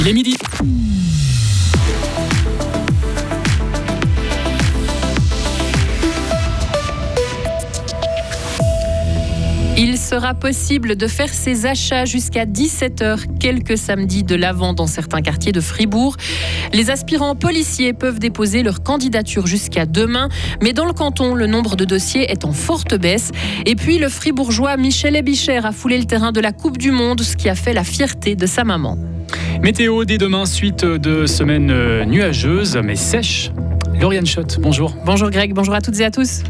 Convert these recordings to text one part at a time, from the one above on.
Il est midi. Il sera possible de faire ses achats jusqu'à 17h quelques samedis de l'Avent dans certains quartiers de Fribourg. Les aspirants policiers peuvent déposer leur candidature jusqu'à demain, mais dans le canton, le nombre de dossiers est en forte baisse. Et puis, le fribourgeois Michel Ebicher a foulé le terrain de la Coupe du Monde, ce qui a fait la fierté de sa maman. Météo dès demain, suite de semaines nuageuses mais sèches. Lauriane Schott, bonjour. Bonjour Greg, bonjour à toutes et à tous.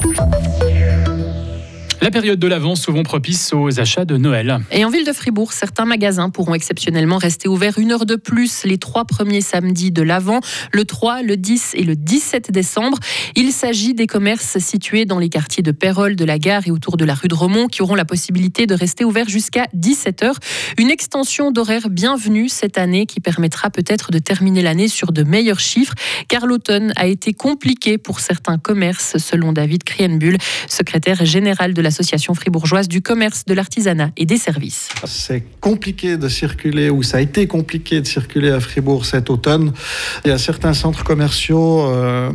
La période de l'Avent, souvent propice aux achats de Noël. Et en ville de Fribourg, certains magasins pourront exceptionnellement rester ouverts 1 heure de plus les 3 premiers samedis de l'Avent, le 3, le 10 et le 17 décembre. Il s'agit des commerces situés dans les quartiers de Pérol, de la Gare et autour de la rue de Romont qui auront la possibilité de rester ouverts jusqu'à 17h. Une extension d'horaire bienvenue cette année qui permettra peut-être de terminer l'année sur de meilleurs chiffres, car l'automne a été compliqué pour certains commerces, selon David Krienbuhl, secrétaire général de l'Association fribourgeoise du commerce, de l'artisanat et des services. C'est compliqué de circuler, ou ça a été compliqué de circuler à Fribourg cet automne. Il y a certains centres commerciaux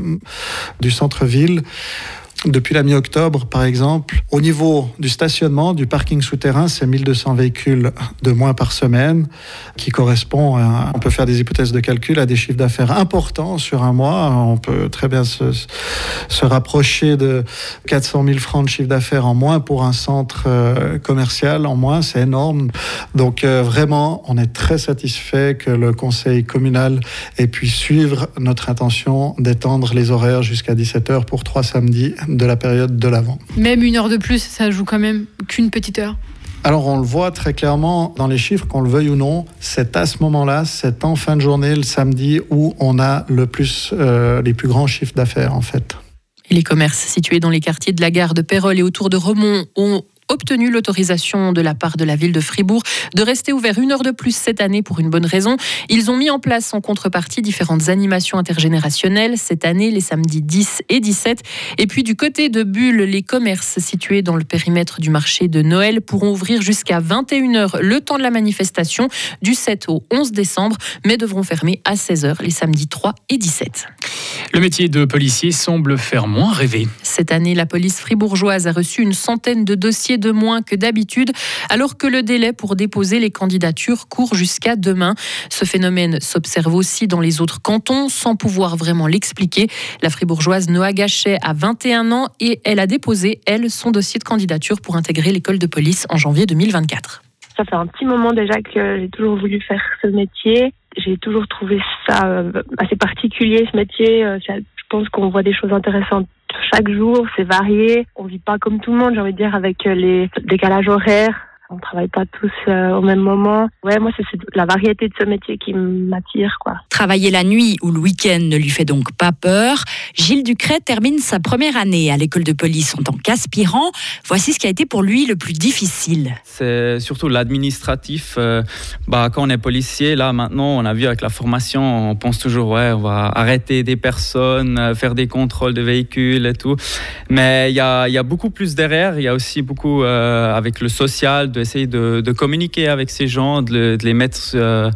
du centre-ville. Depuis la mi-octobre, par exemple, au niveau du stationnement, du parking souterrain, c'est 1200 véhicules de moins par semaine, qui correspond à, on peut faire des hypothèses de calcul, à des chiffres d'affaires importants sur un mois. On peut très bien se rapprocher de 400 000 francs de chiffre d'affaires en moins pour un centre commercial en moins, c'est énorme. Donc vraiment, on est très satisfait que le conseil communal ait pu suivre notre intention d'étendre les horaires jusqu'à 17h pour 3 samedis de la période de l'Avent. Même 1 heure de plus, ça joue quand même qu'une petite heure. Alors on le voit très clairement dans les chiffres, qu'on le veuille ou non, c'est à ce moment-là, c'est en fin de journée, le samedi, où on a le plus, les plus grands chiffres d'affaires en fait. Et les commerces situés dans les quartiers de la Gare de Pérol et autour de Romont ont obtenu l'autorisation de la part de la ville de Fribourg de rester ouvert 1 heure de plus cette année pour une bonne raison. Ils ont mis en place en contrepartie différentes animations intergénérationnelles cette année, les samedis 10 et 17. Et puis du côté de Bulle, les commerces situés dans le périmètre du marché de Noël pourront ouvrir jusqu'à 21h le temps de la manifestation du 7 au 11 décembre, mais devront fermer à 16h les samedis 3 et 17. Le métier de policier semble faire moins rêver. Cette année, la police fribourgeoise a reçu une centaine de dossiers de moins que d'habitude, alors que le délai pour déposer les candidatures court jusqu'à demain. Ce phénomène s'observe aussi dans les autres cantons, sans pouvoir vraiment l'expliquer. La fribourgeoise Noa Gachet a 21 ans et elle a déposé, son dossier de candidature pour intégrer l'école de police en janvier 2024. Ça fait un petit moment déjà que j'ai toujours voulu faire ce métier. J'ai toujours trouvé ça assez particulier, ce métier. Je pense qu'on voit des choses intéressantes chaque jour, c'est varié. On vit pas comme tout le monde, j'ai envie de dire, avec les décalages horaires. On travaille pas tous au même moment. Ouais, moi, c'est la variété de ce métier qui m'attire, quoi. Travailler la nuit ou le week-end ne lui fait donc pas peur. Gilles Ducret termine sa première année à l'école de police en tant qu'aspirant. Voici ce qui a été pour lui le plus difficile. C'est surtout l'administratif. Quand on est policier, là, maintenant, on a vu avec la formation, on pense toujours, on va arrêter des personnes, faire des contrôles de véhicules et tout. Mais il y a beaucoup plus derrière. Il y a aussi beaucoup avec le social, d'essayer de communiquer avec ces gens, de les mettre,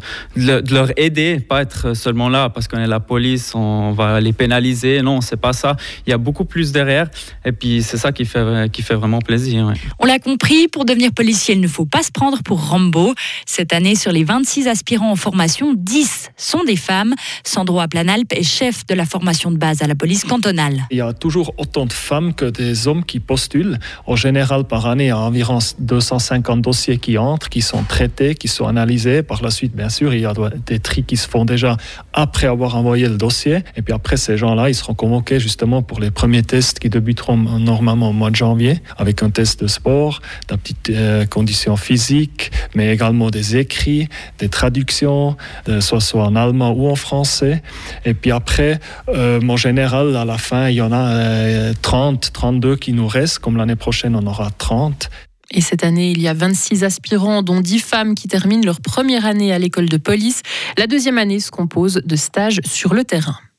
de leur aider, pas être seulement là parce qu'on est la police, on va les pénaliser. Non, c'est pas ça. Il y a beaucoup plus derrière. Et puis c'est ça qui fait vraiment plaisir. Ouais. On l'a compris, pour devenir policier, il ne faut pas se prendre pour Rambo. Cette année, sur les 26 aspirants en formation, 10 sont des femmes. Sandro Aplanalp est chef de la formation de base à la police cantonale. Il y a toujours autant de femmes que des hommes qui postulent. En général, par année, il y a environ 250 dossiers qui entrent, qui sont traités, qui sont analysés. Par la suite, bien sûr, il y a des tris qui se font déjà après avoir envoyé le dossier. Et puis après, ces gens-là, ils seront convoqués justement pour les premiers tests qui débuteront normalement au mois de janvier, avec un test de sport, des petites conditions physiques, mais également des écrits, des traductions, soit en allemand ou en français. Et puis après, en général, à la fin, il y en a 30, 32 qui nous restent. Comme l'année prochaine, on aura 30. Et cette année, il y a 26 aspirants, dont 10 femmes qui terminent leur première année à l'école de police. La deuxième année se compose de stages sur le terrain.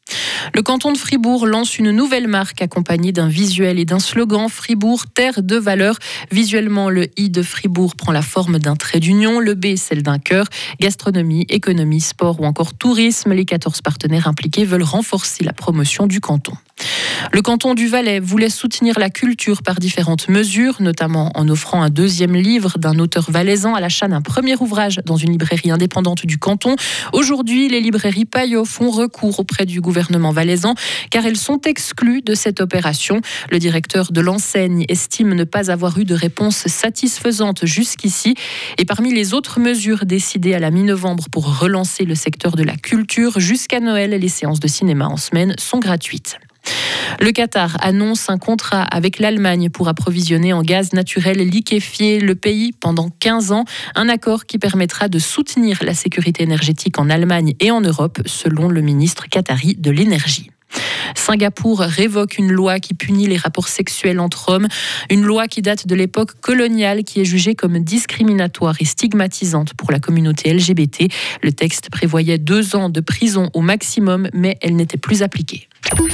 Le canton de Fribourg lance une nouvelle marque accompagnée d'un visuel et d'un slogan. Fribourg, terre de valeurs. Visuellement, le I de Fribourg prend la forme d'un trait d'union, le B celle d'un cœur. Gastronomie, économie, sport ou encore tourisme, les 14 partenaires impliqués veulent renforcer la promotion du canton. Le canton du Valais voulait soutenir la culture par différentes mesures, notamment en offrant un 2e livre d'un auteur valaisan à l'achat d'un premier ouvrage dans une librairie indépendante du canton. Aujourd'hui, les librairies Payot font recours auprès du gouvernement valaisan car elles sont exclues de cette opération. Le directeur de l'enseigne estime ne pas avoir eu de réponse satisfaisante jusqu'ici. Et parmi les autres mesures décidées à la mi-novembre pour relancer le secteur de la culture, jusqu'à Noël, les séances de cinéma en semaine sont gratuites. Le Qatar annonce un contrat avec l'Allemagne pour approvisionner en gaz naturel liquéfié le pays pendant 15 ans. Un accord qui permettra de soutenir la sécurité énergétique en Allemagne et en Europe, selon le ministre qatari de l'énergie. Singapour révoque une loi qui punit les rapports sexuels entre hommes, une loi qui date de l'époque coloniale qui est jugée comme discriminatoire et stigmatisante pour la communauté LGBT. Le texte prévoyait 2 ans de prison au maximum, mais elle n'était plus appliquée.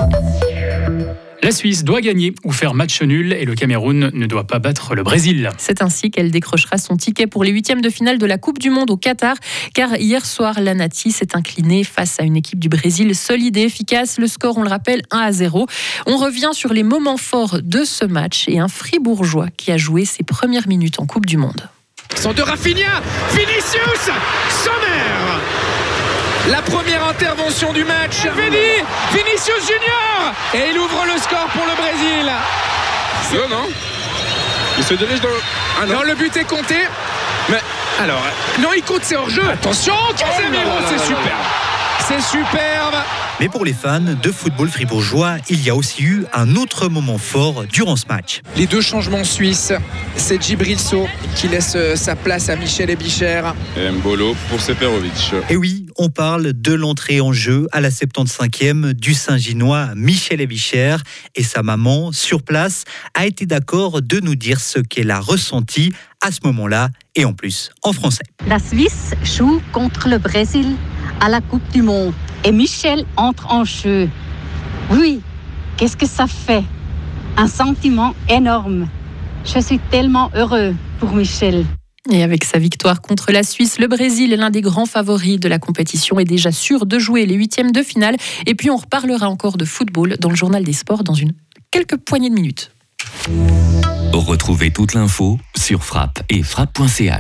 La Suisse doit gagner ou faire match nul et le Cameroun ne doit pas battre le Brésil. C'est ainsi qu'elle décrochera son ticket pour les 8e de finale de la Coupe du Monde au Qatar, car hier soir, la Nati s'est inclinée face à une équipe du Brésil solide et efficace. Le score, on le rappelle, 1-0. On revient sur les moments forts de ce match et un Fribourgeois qui a joué ses premières minutes en Coupe du Monde. Sans de Rafinha, Vinicius, Sommer. La première intervention du match, Vinicius Junior, et il ouvre le score pour le Brésil. Non, il se dirige dans... Ah non, le but est compté. Mais alors, non, il compte, c'est hors jeu. Attention, Casemiro, c'est superbe. C'est superbe. Mais pour les fans de football fribourgeois, il y a aussi eu un autre moment fort durant ce match. Les 2 changements suisses, c'est Djibril Sow qui laisse sa place à Michel Ebicher. Et Mbolo pour Seferovic. Et oui, on parle de l'entrée en jeu à la 75e du Saint-Ginois Michel Ebicher. Et sa maman, sur place, a été d'accord de nous dire ce qu'elle a ressenti à ce moment-là, et en plus en français. La Suisse joue contre le Brésil à la Coupe du Monde. Et Michel entre en jeu. Oui, qu'est-ce que ça fait? Un sentiment énorme. Je suis tellement heureux pour Michel. Et avec sa victoire contre la Suisse, le Brésil est l'un des grands favoris de la compétition, est déjà sûr de jouer les 8e de finale. Et puis on reparlera encore de football dans le journal des sports dans quelques poignées de minutes. Retrouvez toute l'info sur frappe et frappe.ch.